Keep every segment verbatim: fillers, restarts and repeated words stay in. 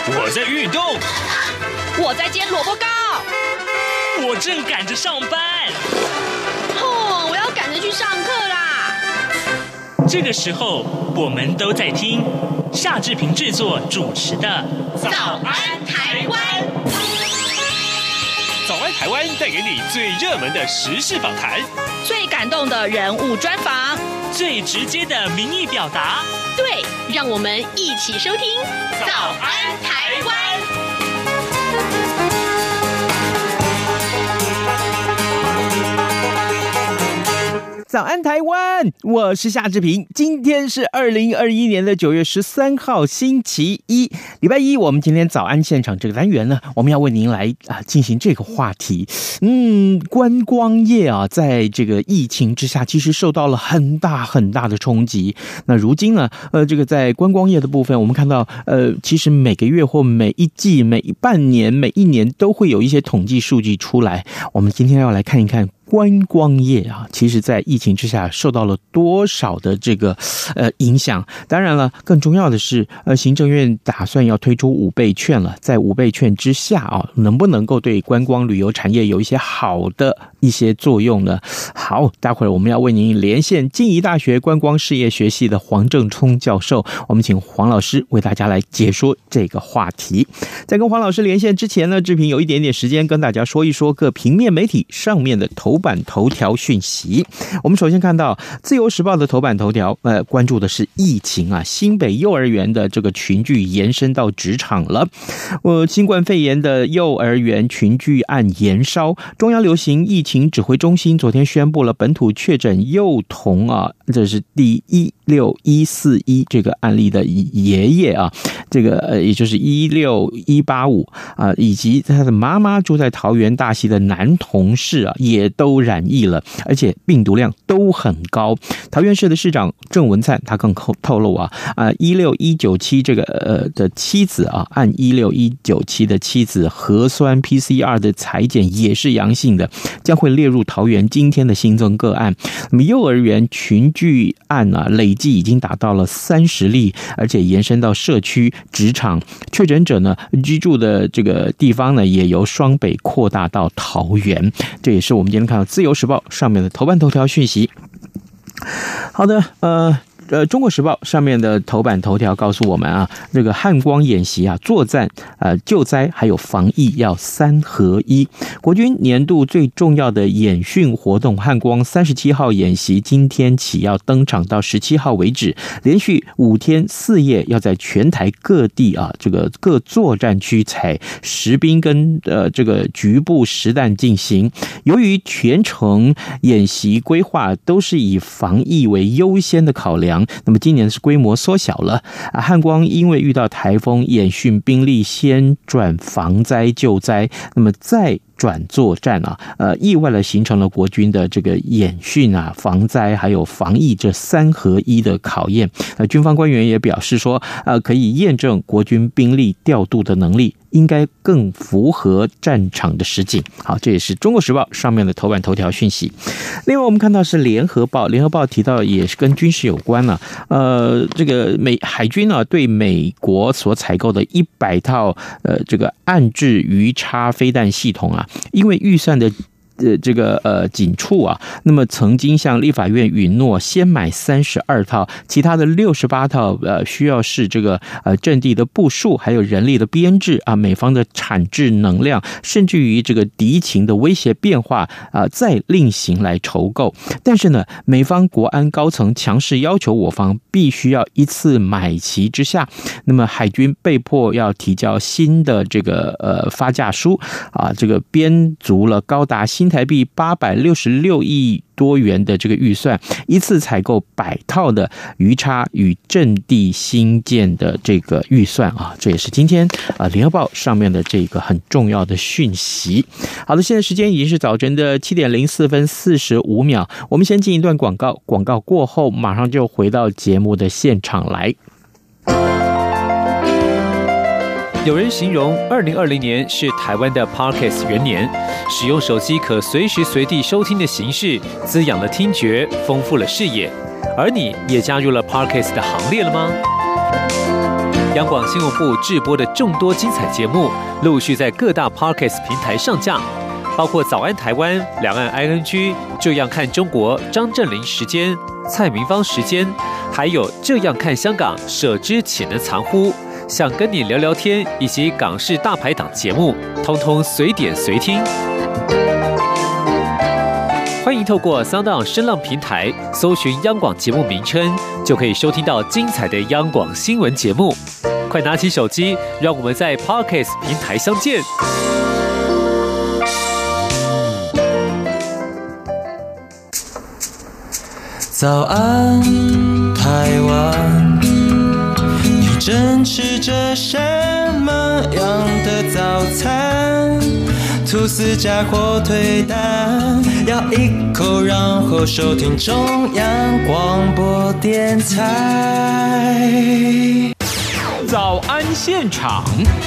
我在运动， 我在煎萝卜糕， 我正赶着上班。 哦，我要赶着去上课啦。 这个时候，我们都在听夏志平制作主持的《 早安台湾》。 早安台湾带给你最热门的时事访谈， 最感动的人物专访， 最直接的民意表达。 对，让我们一起收听《早安台湾》。 早安台湾，我是夏志平。今天是二零二一年的九月十三号，星期一，礼拜一。我们今天早安现场这个单元呢，我们要为您来啊进行这个话题。嗯，观光业啊，在这个疫情之下，其实受到了很大很大的冲击。那如今呢，呃，这个在观光业的部分，我们看到，呃，其实每个月或每一季、每半年、每一年都会有一些统计数据出来。我们今天要来看一看。观光业啊，其实在疫情之下受到了多少的这个呃影响？当然了，更重要的是，呃，行政院打算要推出五倍券了，在五倍券之下啊，能不能够对观光旅游产业有一些好的一些作用呢？好，待会儿我们要为您连线静宜大学观光事业学系的黄正聪教授，我们请黄老师为大家来解说这个话题。在跟黄老师连线之前呢，志平有一点点时间跟大家说一说各平面媒体上面的头版头条讯息。我们首先看到自由时报的头版头条，呃，关注的是疫情啊，新北幼儿园的这个群聚延伸到职场了。呃，新冠肺炎的幼儿园群聚案延烧，中央流行疫情指挥中心昨天宣布了本土确诊幼童啊，这是第一六一四一这个案例的爷爷啊，这个呃也就是一六一八五啊，以及他的妈妈住在桃园大溪的男同事啊，也都染疫了，而且病毒量都很高。桃园市的市长郑文灿他更透露啊，啊一六一九七这个呃的妻子啊，按一六一九七的妻子核酸 P C R 的采检也是阳性的，将会列入桃园今天的新增个案。那么幼儿园群聚案啊，累计已经达到了三十例，而且延伸到社区、职场，确诊者呢居住的这个地方呢，也由双北扩大到桃园。这也是我们今天看到自由时报上面的头版头条讯息。好的，呃。呃，中国时报上面的头版头条告诉我们啊，这个汉光演习啊，作战、呃救灾还有防疫要三合一。国军年度最重要的演训活动汉光三十七号演习，今天起要登场到十七号为止，连续五天四夜，要在全台各地啊，这个各作战区采实兵跟呃这个局部实弹进行。由于全程演习规划都是以防疫为优先的考量。那么今年是规模缩小了啊，汉光因为遇到台风，演训兵力先转防灾救灾，那么再转作战啊，呃，意外的形成了国军的这个演训啊、防灾还有防疫这三合一的考验。呃，军方官员也表示说，呃，可以验证国军兵力调度的能力。应该更符合战场的实景。好，这也是中国时报上面的头版头条讯息。另外我们看到是联合报，联合报提到也是跟军事有关了、啊。呃，这个美海军啊对美国所采购的一百套呃这个岸置鱼叉飞弹系统啊，因为预算的呃，这个呃紧处啊，那么曾经向立法院允诺先买三十二套，其他的六十八套呃需要是这个呃阵地的部署，还有人力的编制啊，美方的产制能量，甚至于这个敌情的威胁变化啊、呃，再另行来筹购。但是呢，美方国安高层强势要求我方必须要一次买齐之下，那么海军被迫要提交新的这个呃发价书啊，这个编足了高达新台币八百六十六亿多元的这个预算，一次采购百套的鱼叉与阵地新建的这个预算啊，这也是今天啊联合报上面的这个很重要的讯息。好的，现在时间已经是早晨的七点零四分四十五秒，我们先进一段广告，广告过后马上就回到节目的现场来。 有人形容二零二零年是台湾的 Podcast 元年，使用手机可随时随地收听的形式，滋养了听觉，丰富了视野。而你也加入了 Podcast 的行列了吗？ 央广新闻部制播的众多精彩节目，陆续在各大 Podcast 平台上架，包括早安台湾、两岸 I N G、这样看中国、张振霖时间、蔡明芳时间，还有这样看香港、舍之岂能藏乎？想跟你聊聊天，以及港式大排档节目，通通随点随听。欢迎透过 SoundOn 声浪平台搜寻央广节目名称，就可以收听到精彩的央广新闻节目。快拿起手机，让我们在 Podcast 平台相见。 早安，台湾，你正吃着什么样的早餐？吐司加火腿蛋，咬一口，然后收听中央广播电台。 早安现场。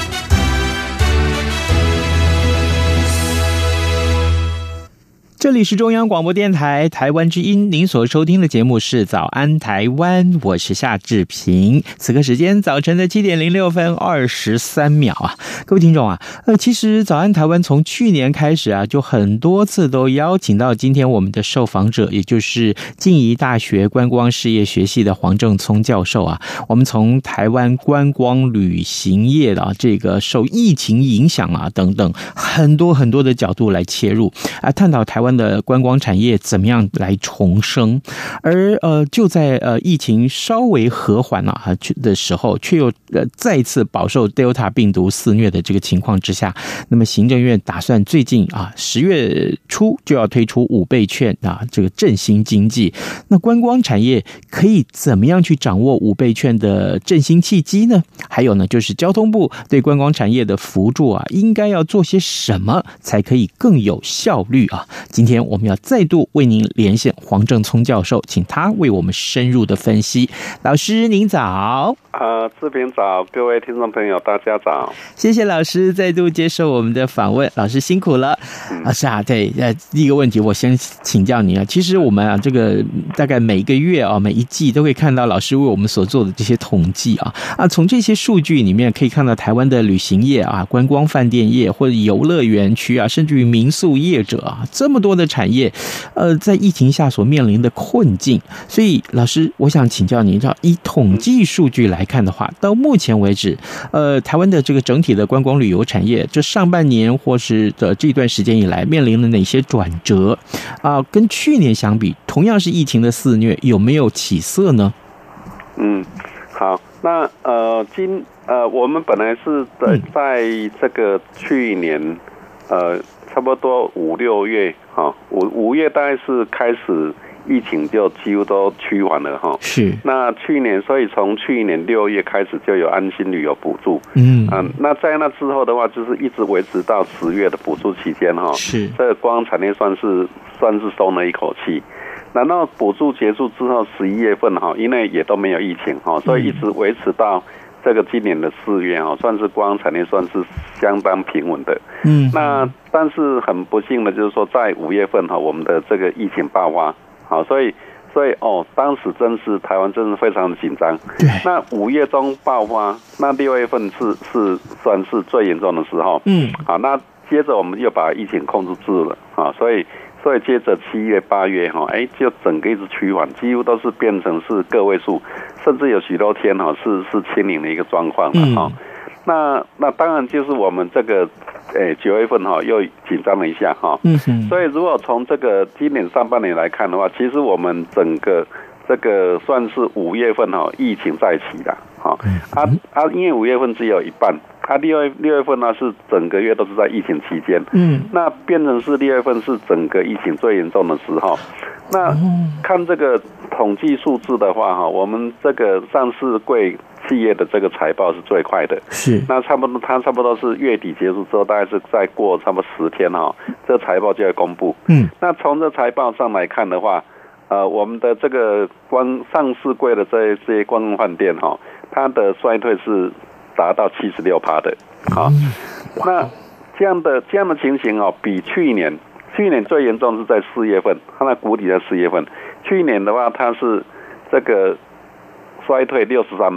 这里是中央广播电台台湾之音，您所收听的节目是早安台湾，我是夏志平。此刻时间早晨的七点零六分二十三秒啊，各位听众啊，呃，其实早安台湾从去年开始啊，就很多次都邀请到今天我们的受访者，也就是静宜大学观光事业学系的黄正聪教授啊。我们从台湾观光旅行业的啊，这个受疫情影响啊等等很多很多的角度来切入啊，探讨台湾的观光产业怎么样来重生，而呃就在呃疫情稍微和缓啊的时候，却又呃再次饱受 Delta 病毒肆虐的这个情况之下，那么行政院打算最近啊十月初就要推出五倍券啊，这个振兴经济。那观光产业可以怎么样去掌握五倍券的振兴契机呢？还有呢，就是交通部对观光产业的扶助啊，应该要做些什么才可以更有效率啊？今天我们要再度为您连线黄正聪教授，请他为我们深入的分析。老师您早。 呃，志平早，各位听众朋友大家早。 谢谢老师再度接受我们的访问，老师辛苦了。嗯、老师啊，对，呃，第一个问题我先请教您啊，其实我们啊，这个大概每个月啊，每一季都会看到老师为我们所做的这些统计啊，啊，从这些数据里面可以看到台湾的旅行业啊、观光饭店业或者游乐园区啊，甚至于民宿业者啊，这么多的产业，呃，在疫情下所面临的困境。所以，老师，我想请教您，以统计数据来看的话，到目前为止，呃，台湾的这个整体的观光旅游产业，这上半年或是的这段时间以来，面临了哪些转折啊、呃？跟去年相比，同样是疫情的肆虐，有没有起色呢？ 嗯，好，那呃，今呃，我们本来是在在这个去年，呃，差不多五六月，哈、哦，五五月大概是开始。疫情就几乎都趋缓了哈， 是。 那去年，所以从去年六月开始就有安心旅游补助， 嗯嗯、呃，那在那之后的话，就是一直维持到十月的补助期间哈， 是。 这个观光产业算是算是松了一口气。然后补助结束之后，十一月份哈，因为也都没有疫情哈，所以一直维持到这个今年的四月哈，算是观光产业算是相当平稳的。嗯，那但是很不幸的就是说，在五月份哈，我们的这个疫情爆发。好，所以，所以哦，当时真是台湾真是非常的紧张。 对。 那五月中爆发，那六月份是是算是最严重的时候。嗯。好，那接着我们又把疫情控制住了啊，所以所以接着七月八月哈，哎，就整个一直趋缓，几乎都是变成是个位数，甚至有许多天哈是是清零的一个状况了哈。嗯。那那当然就是我们这个。诶，九月份哈又紧张了一下哈，嗯哼，所以如果从这个今年上半年来看的话，其实我们整个这个算是五月份哈疫情再起了，哈，啊啊，因为五月份只有一半，啊六月六月份呢是整个月都是在疫情期间，嗯，那变成是六月份是整个疫情最严重的时候，那看这个统计数字的话哈，我们这个上市柜。企业的这个财报是最快的，是那差不多，它差不多是月底结束之后，大概是再过差不多十天哈，这个财报就要公布。嗯，那从这财报上来看的话，呃，我们的这个观上市柜的这这些观光饭店哈，它的衰退是达到七十六趴的。好，那这样的这样的情形哦，比去年去年最严重是在四月份，它的谷底在四月份。去年的话，它是这个。衰退六十三趴，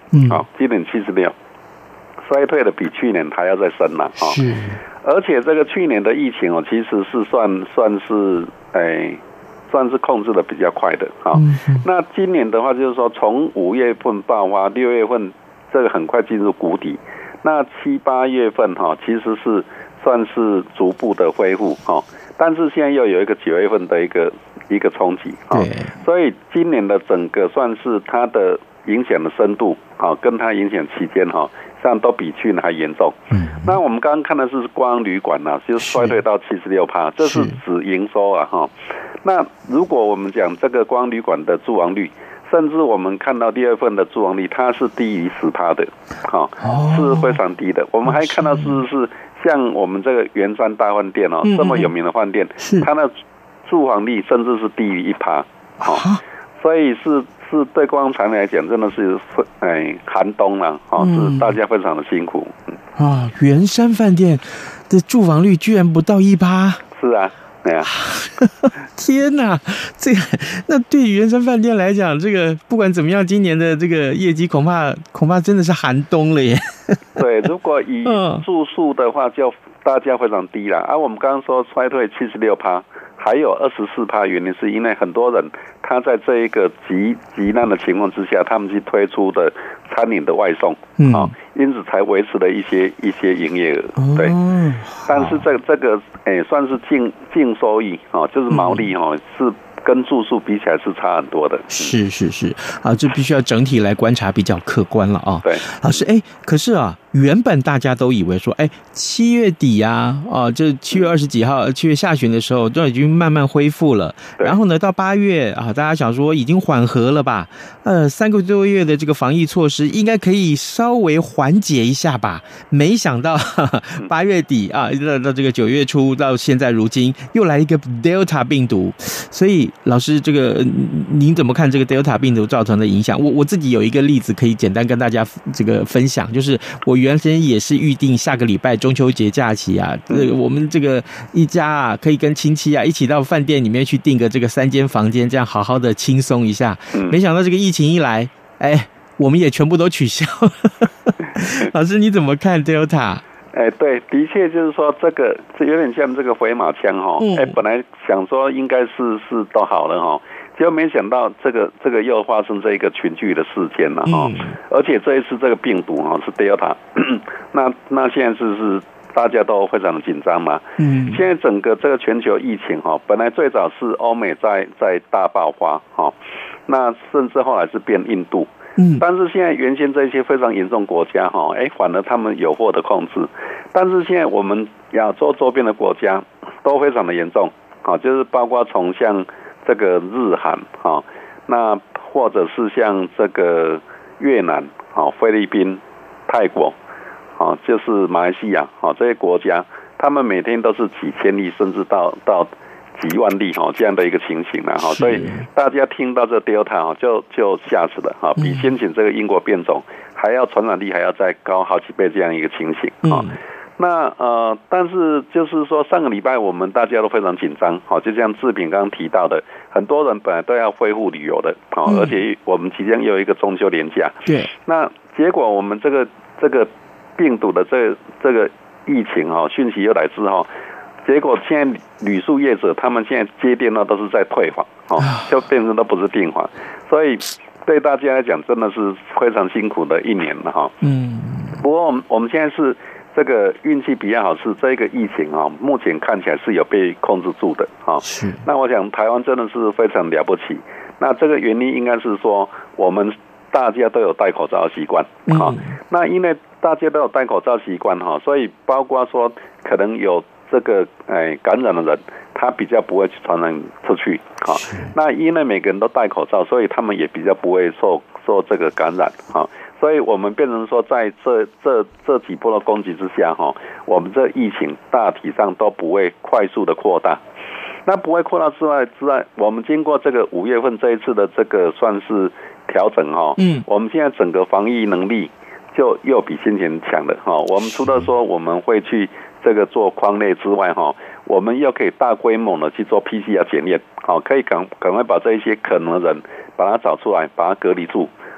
嗯， 好，今年七十六，衰退的比去年还要再深了啊。 是， 而且这个去年的疫情哦，其实是算算是诶。算是控制的比较快的啊、 嗯。 那今年的话，就是说从五月份爆发，六月份这个很快进入谷底，那七八月份哈，其实是算是逐步的恢复哈，但是现在又有一个九月份的一个一个冲击啊，所以今年的整个算是它的影响的深度啊，跟它影响期间哈，这样都比去年还严重。嗯，那我们刚刚看的是观光旅馆呐、啊，就衰退到七十六趴，这是指营收啊哈。那如果我们讲这个观光旅馆的住房率，甚至我们看到第二份的住房率，它是低于十趴的，哈、哦，是非常低的。我们还看到是是像我们这个圆山大饭店哦，嗯嗯这么有名的饭店，它的住房率甚至是低于一趴，好、哦，所以是是对观光产业来讲，真的是哎寒冬了，哦，是大家非常的辛苦。 嗯、啊，圆山饭店的住房率居然不到一趴， 是啊。对啊， 天哪！这个那对于圆山饭店来讲，这个不管怎么样，今年的这个业绩恐怕恐怕真的是寒冬了耶。 对，如果以住宿的话，就大家非常低了。而、啊、我们刚刚说衰退七十六趴，还有二十四趴，原因是因为很多人他在这一个极极难的情况之下，他们去推出的餐饮的外送，嗯、啊，因此才维持了一些一些营业额。对，哦、但是这个这个诶、欸，算是净净收益啊，就是毛利哦、嗯，是跟住宿比起来是差很多的。 是是是，啊，这必须要整体来观察，比较客观了啊。 对， 老师，哎、欸，可是啊。原本大家都以为说，哎，七月底啊，哦，这七月二十几号，七月下旬的时候，都已经慢慢恢复了。然后呢，到八月啊，大家想说已经缓和了吧？呃，三个多月的这个防疫措施应该可以稍微缓解一下吧？没想到八月底啊，到到这个九月初到现在如今，又来一个 Delta 病毒。所以，老师，这个您怎么看这个 Delta 病毒造成的影响？我我自己有一个例子可以简单跟大家这个分享，就是我原先也是预定下个礼拜中秋节假期啊，呃，我们这个一家啊，可以跟亲戚啊一起到饭店里面去订个这个三间房间，这样好好的轻松一下。没想到这个疫情一来，哎，我们也全部都取消。老师你怎么看 Delta？ 哎，对，的确就是说这个这有点像这个回马枪哈、哦。哎、嗯，本来想说应该是是都好了哈、哦。结果没想到这个这个又发生这一个群聚的事件了哈、嗯，而且这一次这个病毒哈是 Delta， 那那现在是是大家都非常的紧张嘛，嗯，现在整个这个全球疫情哈，本来最早是欧美在在大爆发哈，那甚至后来是变印度，嗯，但是现在原先这些非常严重国家哈，哎，反而他们有获得控制，但是现在我们亚洲周边的国家都非常的严重，啊，就是包括从像这个日韩啊，那或者是像这个越南啊、菲律宾、泰国啊，就是马来西亚啊这些国家，他们每天都是几千例，甚至到到几万例哈这样的一个情形了哈，所以大家听到这 Delta 哈就就吓死了哈，比先前这个英国变种还要传染力还要再高好几倍这样一个情形啊。那呃，但是就是说，上个礼拜我们大家都非常紧张，好，就像志平刚刚提到的，很多人本来都要恢复旅游的，好，而且我们即将又有一个中秋连假， 对， 那结果我们这个这个病毒的这这个疫情哈讯息又来之后，结果现在旅宿业者他们现在接电话都是在退房，哦，就变成都不是订房，所以对大家来讲真的是非常辛苦的一年了哈。嗯，不过我们我们现在是。这个运气比较好，是这个疫情啊，目前看起来是有被控制住的啊。是。那我想台湾真的是非常了不起。那这个原因应该是说，我们大家都有戴口罩的习惯啊。嗯、那因为大家都有戴口罩习惯哈，所以包括说可能有这个哎感染的人，他比较不会去传染出去啊。那因为每个人都戴口罩，所以他们也比较不会受受这个感染啊。所以我们变成说，在这这这几波的攻击之下，哈，我们这疫情大体上都不会快速的扩大。那不会扩大之外之外，我们经过这个五月份这一次的这个算是调整哈，嗯，我们现在整个防疫能力就又比先前强了哈。我们除了说我们会去这个做匡列之外哈，我们又可以大规模的去做 P C R 检验，好，可以赶赶快把这一些可能的人把它找出来，把它隔离住。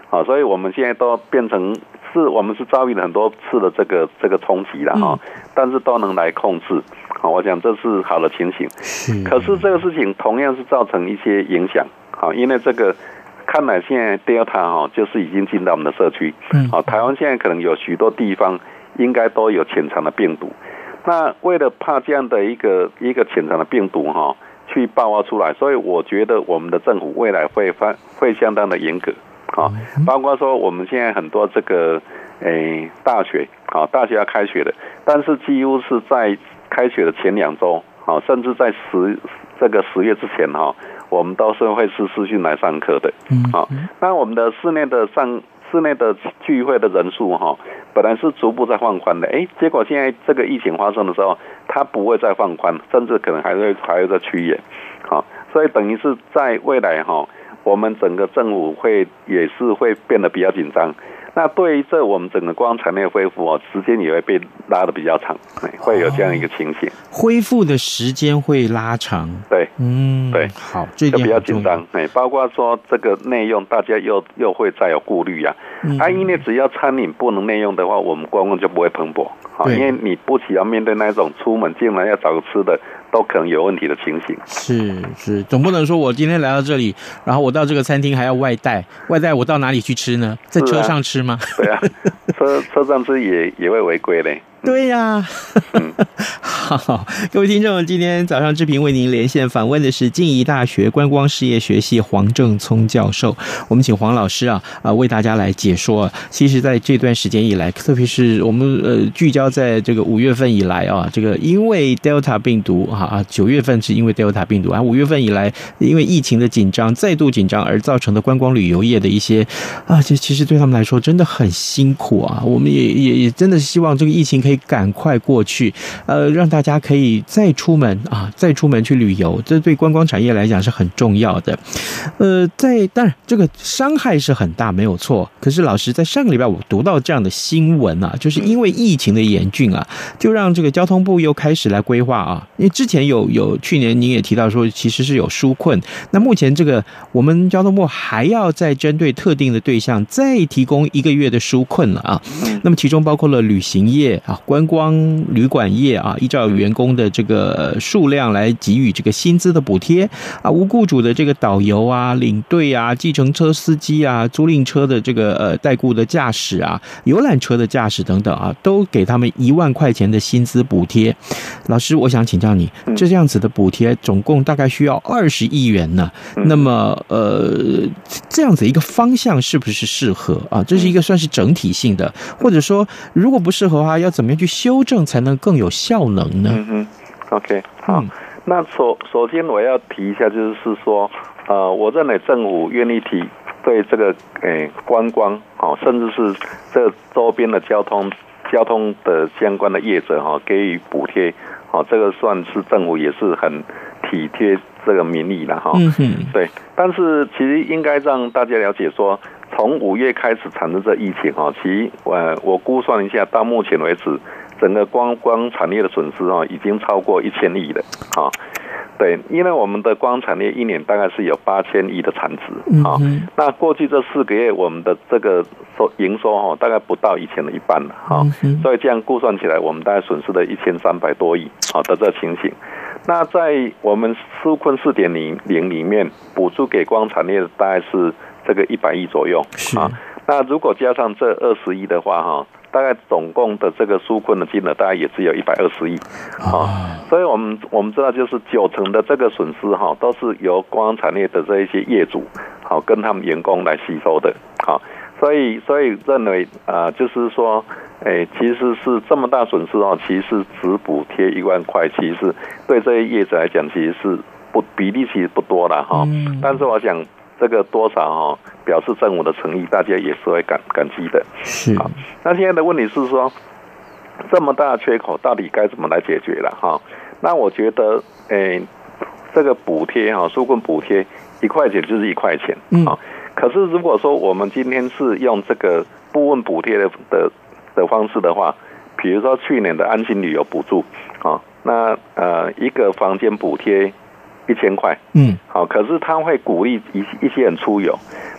好，所以我们现在都变成是我们是遭遇了很多次的这个这个冲击了哈，嗯、但是都能来控制。好，我想这是好的情形。 是， 可是这个事情同样是造成一些影响。好，因为这个看来现在 Delta 哈就是已经进到我们的社区。嗯，好，台湾现在可能有许多地方应该都有潜藏的病毒。那为了怕这样的一个一个潜藏的病毒哈去爆发出来，所以我觉得我们的政府未来会发会相当的严格。好，包括说我们现在很多这个诶大学，好，大学要开学了，但是几乎是在开学的前两周，好，甚至在十这个十月之前哈，我们都是会是视讯来上课的。好，那我们的室内的上室内的聚会的人数哈，本来是逐步在放宽的，哎，结果现在这个疫情发生的时候，它不会再放宽，甚至可能还会还会再趋严。好，所以等于是在未来哈。我们整个政府会也是会变得比较紧张，那对于这我们整个观光产业恢复哦，时间也会被拉得比较长，会有这样一个情形。 恢复的时间会拉长， 对， 嗯， 对， 好，这就比较紧张，哎，包括说这个内用，大家又又会再有顾虑啊。嗯、啊，因为只要餐饮不能内用的话，我们观光就不会蓬勃，好，因为你不chỉ要面对那种出门进来要找个吃的。都可能有问题的情形， 是是，总不能说我今天来到这里，然后我到这个餐厅还要外带，外带我到哪里去吃呢？在车上吃吗？ 啊对啊，车车上吃也也会违规嘞。 对呀、啊，嗯、好，各位听众，今天早上志平为您连线访问的是静宜大学观光事业学系黄正聪教授，我们请黄老师啊啊、呃、为大家来解说。其实，在这段时间以来，特别是我们呃聚焦在这个五月份以来啊，这个因为 Delta 病毒啊，九月份是因为 Delta 病毒啊，五月份以来因为疫情的紧张再度紧张而造成的观光旅游业的一些啊，这其实对他们来说真的很辛苦啊。我们也也也真的希望这个疫情可以赶快过去，呃，让大家可以再出门啊，再出门去旅游，这对观光产业来讲是很重要的。呃，在当然这个伤害是很大，没有错。可是老师在上个礼拜我读到这样的新闻啊，就是因为疫情的严峻啊，就让这个交通部又开始来规划啊，因为之前有有去年您也提到说，其实是有纾困，那目前这个我们交通部还要再针对特定的对象再提供一个月的纾困了啊。那么其中包括了旅行业啊、观光旅馆业啊，依照员工的这个数量来给予这个薪资的补贴啊，无雇主的这个导游啊、领队啊、计程车司机啊、租赁车的这个呃代雇的驾驶啊、游览车的驾驶等等啊，都给他们一万块钱的薪资补贴。老师，我想请教你，这样子的补贴总共大概需要二十亿元呢？那么呃，这样子一个方向是不是适合啊？这是一个算是整体性的，或者说如果不适合的话，要怎么样去修正才能更有效能呢？ 嗯哼 ，OK， 好，嗯、那首首先我要提一下，就是说，呃，我认为政府愿意提对这个诶观光，哦，甚至是这周边的交通交通的相关的业者哈、哦，给予补贴，哦，这个算是政府也是很体贴这个民意了哈。嗯哼，对，但是其实应该让大家了解说，从五月开始产生这疫情哈，其实我我估算一下，到目前为止，整个观光产业的损失哈，已经超过一千亿了啊。对，因为我们的观光产业一年大概是有八千亿的产值啊、嗯，那过去这四个月我们的这个收营收哈，大概不到以前的一半了哈、嗯，所以这样估算起来，我们大概损失了一千三百多亿好的这情形。那在我们纾困四点零里面，补助给观光产业的大概是这个一百亿左右啊。那如果加上这二十亿的话哈。大概总共的这个纾困的金额大概也只有一百二十亿，啊，所以我们我们知道就是九成的这个损失哈，都是由观光产业的这一些业主，好跟他们员工来吸收的，好，所以所以认为啊、呃，就是说，哎，其实是这么大损失哦，其实只补贴一万块，其实对这些业者来讲，其实是不比例其实不多了哈，嗯、但是我想。这个多少哈，表示政府的诚意，大家也是会感感激的。 是。好， 那现在的问题是说，这么大的缺口到底该怎么来解决了哈？那我觉得，诶，这个补贴哈，纾困补贴一块钱就是一块钱，嗯。可是如果说我们今天是用这个部分补贴的的的方式的话，比如说去年的安心旅游补助啊，那呃一个房间补贴。一千块，嗯，好，可是他会鼓励一一些人出游，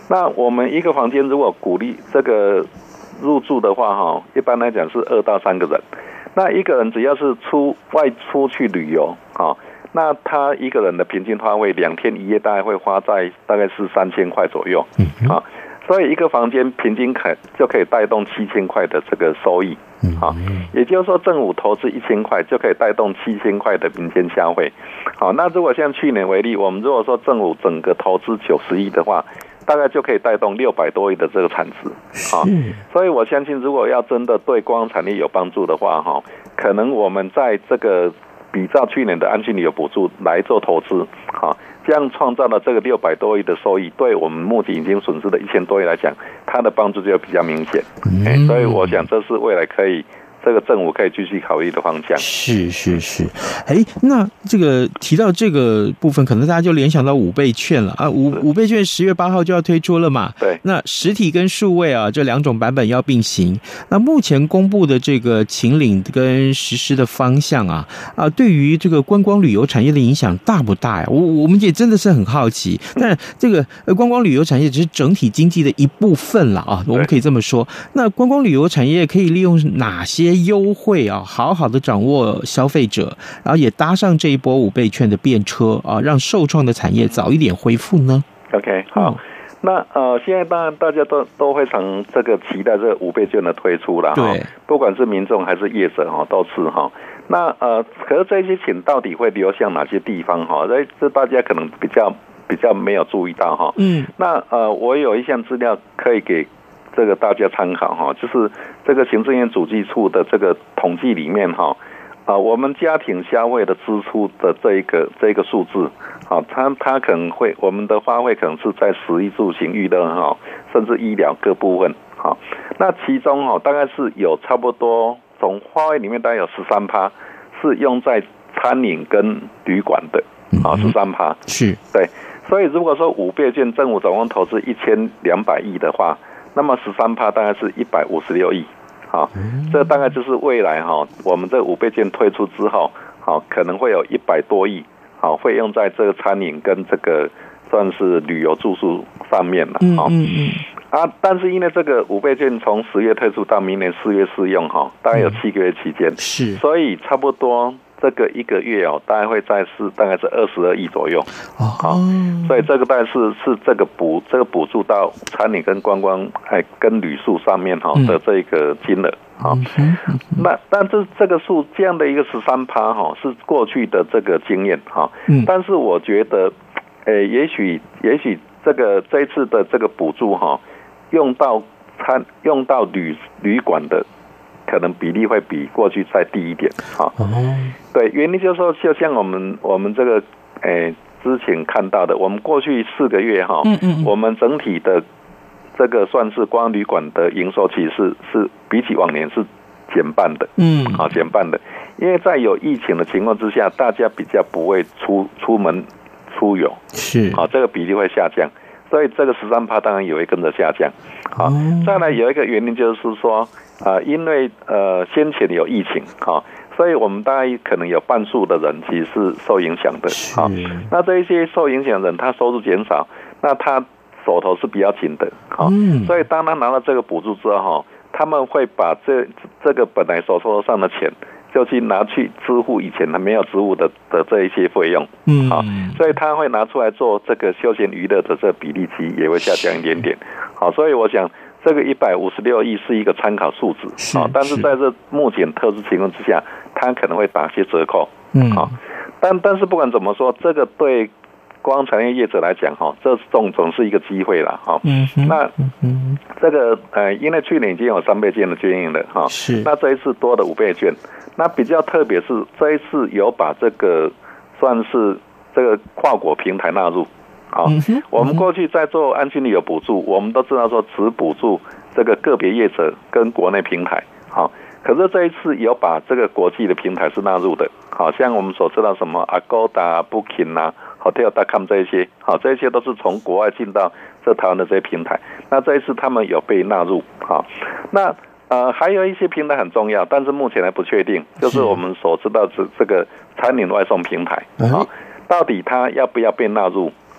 那我们一个房间如果鼓励这个入住的话哈，一般来讲是二到三个人。那一个人只要是出外出去旅游啊，那他一个人的平均花费两天一夜大概会花在大概是三千块左右啊。所以一个房间平均可就可以带动七千块的这个收益，好，也就是说政府投资一千块就可以带动七千块的民间消费，好，那如果像去年为例，我们如果说政府整个投资九十亿的话，大概就可以带动六百多亿的这个产值，好，所以我相信如果要真的对观光产业有帮助的话，哈，可能我们在这个比照去年的安心旅游补助来做投资，好。这样创造了这个六百多亿的收益，对我们目前已经损失的一千多亿来讲，它的帮助就比较明显。嗯，所以我想这是未来可以这个政府可以继续考虑的方向。 是是是，哎，那这个提到这个部分，可能大家就联想到五倍券了啊，五五倍券十月八号就要推出了嘛。 对， 那实体跟数位啊这两种版本要并行。那目前公布的这个请领跟实施的方向啊啊，对于这个观光旅游产业的影响大不大呀？我我们也真的是很好奇。但这个观光旅游产业只是整体经济的一部分了啊，我们可以这么说。那观光旅游产业可以利用哪些优惠啊，好好的掌握消费者，然后也搭上这一波五倍券的便车啊，让受创的产业早一点恢复呢 ？OK， 好，嗯、那呃，现在当然大家都都非常这个期待这个五倍券的推出了， 对， 不管是民众还是业者哈，都是哈。那呃，可是这些钱到底会流向哪些地方哈？这这大家可能比较比较没有注意到哈。嗯，那呃，我有一项资料可以给这个大家参考哈，就是这个行政院主计处的这个统计里面哈，啊，我们家庭消费的支出的这一个这一个数字，啊，它它可能会我们的花费可能是在食衣住行娱乐哈，甚至医疗各部分哈，那其中哈大概是有差不多从花费里面大概有十三趴是用在餐饮跟旅馆的，啊，十三趴是对，所以如果说五倍券政府总共投资一千两百亿的话，那么十三趴大概是一百五十六亿，好，这大概就是未来哈，我们这五倍券推出之后，好可能会有一百多亿，好会用在这个餐饮跟这个算是旅游住宿上面了，好，嗯嗯啊，但是因为这个五倍券从十月推出到明年四月试用哈，大概有七个月期间， 是， 所以差不多。这个一个月哦，大概会在是大概是二十二亿左右，好、哦，所以这个大概是是这个补这个补助到餐饮跟观光哎跟旅宿上面哈的这个金额，好、嗯，那但是这个数这样的一个十三趴哈是过去的这个经验哈，嗯，但是我觉得，诶，也许也许这个这一次的这个补助哈用到餐用到旅旅馆的。可能比例会比过去再低一点，啊，对，原因就是说，就像我们我们这个，诶，之前看到的，我们过去四个月哈，嗯嗯，我们整体的这个算是观光旅馆的营收，其实是是比起往年是减半的，嗯，好，减半的，因为在有疫情的情况之下，大家比较不会出出门出游， 是， 好，这个比例会下降。所以这个十三趴当然也会跟着下降，好，再来有一个原因就是说，啊，因为呃先前有疫情，哈，所以我们大概可能有半数的人其实是受影响的，好，那这一些受影响的人他收入减少，那他手头是比较紧的，好，所以当他拿到这个补助之后，哈，他们会把这这个本来手头上的钱。就去拿去支付以前他没有支付的的这一些费用，嗯，好，所以他会拿出来做这个休闲娱乐的这个比例期也会下降一点点，好，所以我想这个一百五十六亿是一个参考数值，好，但是在这目前特殊情况之下，它可能会打些折扣，嗯，好，但但是不管怎么说，这个对观光产业业者来讲，哈，这总总是一个机会了，哈，嗯，那嗯这个呃，因为去年已经有三倍券的捐印了，哈，是，那这一次多的五倍券。那比较特别是这一次有把这个算是这个跨国平台纳入，好，我们过去在做安心旅游补助，我们都知道说只补助这个个别业者跟国内平台，好，可是这一次有把这个国际的平台是纳入的，好像我们所知道什么 Agoda、Booking 啊、Hotel 点 com 这一些，好，这些都是从国外进到这台湾的这些平台，那这一次他们有被纳入，好，那。呃，还有一些平台很重要，但是目前还不确定，就是我们所知道的这个餐饮外送平台啊，到底它要不要被纳入啊？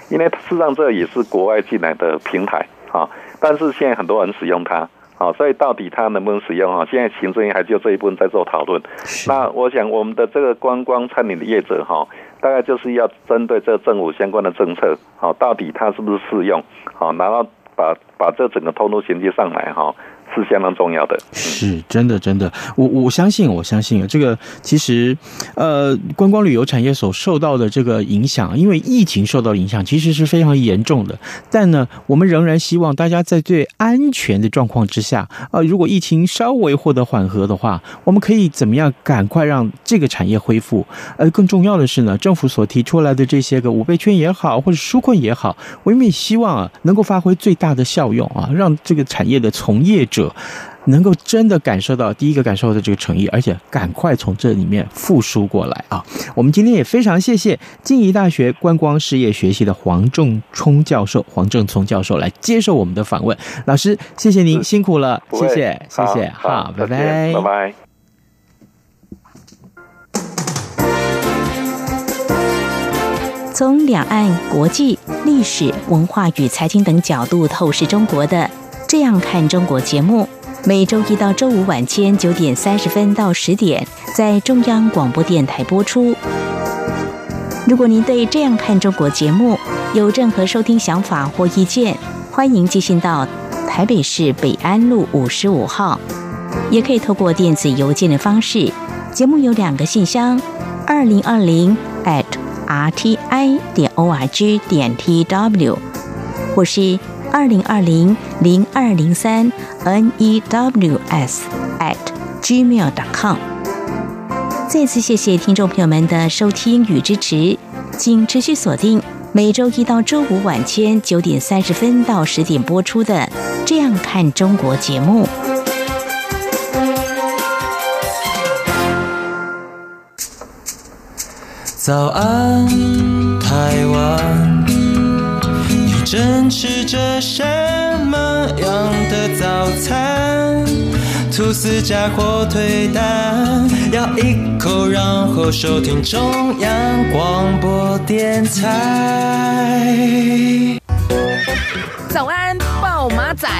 因为事实上这也是国外进来的平台啊，但是现在很多人使用它。好，所以到底它能不能使用啊？现在行政院还就这一部分在做讨论。那我想我们的这个观光餐饮的业者哈，大概就是要针对这政府相关的政策，好，到底它是不是适用？好，然后把把这整个通路衔接上来哈。是相当重要的， 是真的，真的，我我相信，我相信这个其实，呃，观光旅游产业所受到的这个影响，因为疫情受到影响，其实是非常严重的。但呢，我们仍然希望大家在最安全的状况之下，呃，如果疫情稍微获得缓和的话，我们可以怎么样赶快让这个产业恢复？呃，更重要的是呢，政府所提出来的这些个五倍券也好，或者纾困也好，我们也希望啊，能够发挥最大的效用啊，让这个产业的从业者能够真的感受到第一个感受到这个诚意，而且赶快从这里面复苏过来啊！我们今天也非常谢谢静宜大学观光事业学系的黄正聪教授、黄正聪教授来接受我们的访问。老师，谢谢您辛苦了，谢谢，谢谢，好，拜拜， 拜拜。 从两岸、国际、历史、文化与财经等角度透视中国的这样看中国节目，每周一到周五晚间九点三十分到十点在中央广播电台播出。如果您对这样看中国节目有任何收听想法或意见，欢迎寄信到台北市北安路五十五号，也可以透过电子邮件的方式。节目有两个信箱：二零二零 at r t i 点 o r g 点 t w， 或是二零二零零二零三 n e w s at gmail dot com。 再次谢谢听众朋友们的收听与支持，请持续锁定每周一到周五晚间九点三十分到十点播出的《这样看中国》节目。 早安，台湾，你正吃着什么样的早餐？吐司加火腿蛋，咬一口，然后收听中央广播电台。 早安，暴马仔。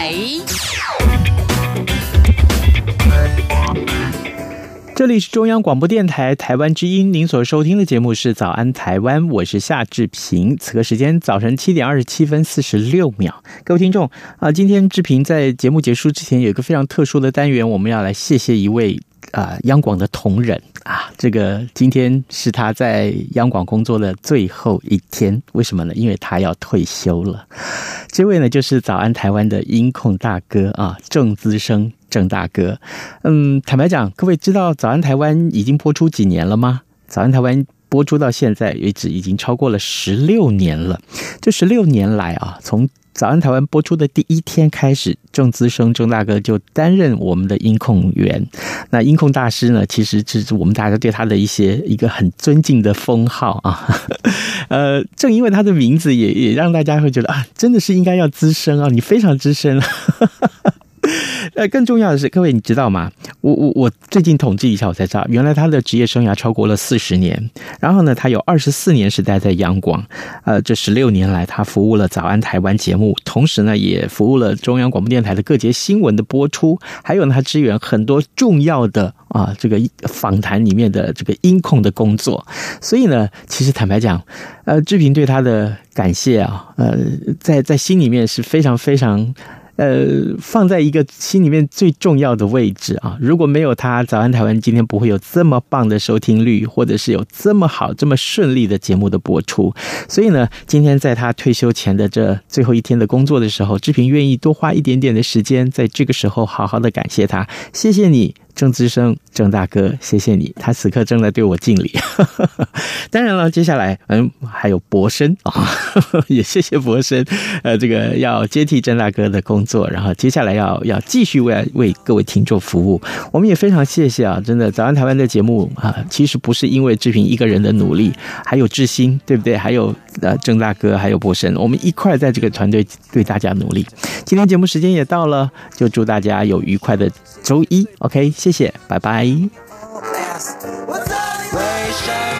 这里是中央广播电台台湾之音，您所收听的节目是早安台湾，我是夏志平。此刻时间早晨七点二十七分四十六秒。各位听众啊，今天志平在节目结束之前有一个非常特殊的单元，我们要来谢谢一位啊央广的同仁啊，这个今天是他在央广工作的最后一天，为什么呢？因为他要退休了。这位呢就是早安台湾的音控大哥啊，郑资生。郑大哥，嗯，坦白讲，各位知道早安台湾已经播出几年了吗？早安台湾播出到现在为止已经超过了十六年了。这十六年来啊，从早安台湾播出的第一天开始，郑资生郑大哥就担任我们的音控员。那音控大师呢，其实是我们大家对他的一些一个很尊敬的封号啊。呃，正因为他的名字也也让大家会觉得啊，真的是应该要资深啊，你非常资深。呃，更重要的是，各位你知道吗？我我我最近统计一下，我才知道，原来他的职业生涯超过了四十年。然后呢，他有二十四年是待在央广，呃，这十六年来，他服务了早安台湾节目，同时呢，也服务了中央广播电台的各节新闻的播出，还有呢，他支援很多重要的啊这个访谈里面的这个音控的工作。所以呢，其实坦白讲，呃，志平对他的感谢啊，呃，在在心里面是非常非常。呃，放在一个心里面最重要的位置啊！如果没有他，早安台湾今天不会有这么棒的收听率，或者是有这么好、这么顺利的节目的播出。所以呢，今天在他退休前的这最后一天的工作的时候，志平愿意多花一点点的时间，在这个时候好好的感谢他，谢谢你。郑资生郑大哥，谢谢你，他此刻正在对我敬礼。当然了，接下来嗯还有博生啊，也谢谢博生，呃，这个要接替郑大哥的工作，然后接下来要要继续为为各位听众服务。我们也非常谢谢啊，真的早安台湾的节目啊，其实不是因为志平一个人的努力，还有志新，对不对？还有呃郑大哥，还有博生，我们一块在这个团队对大家努力。今天节目时间也到了，就祝大家有愉快的周一 ，OK。谢谢，拜拜。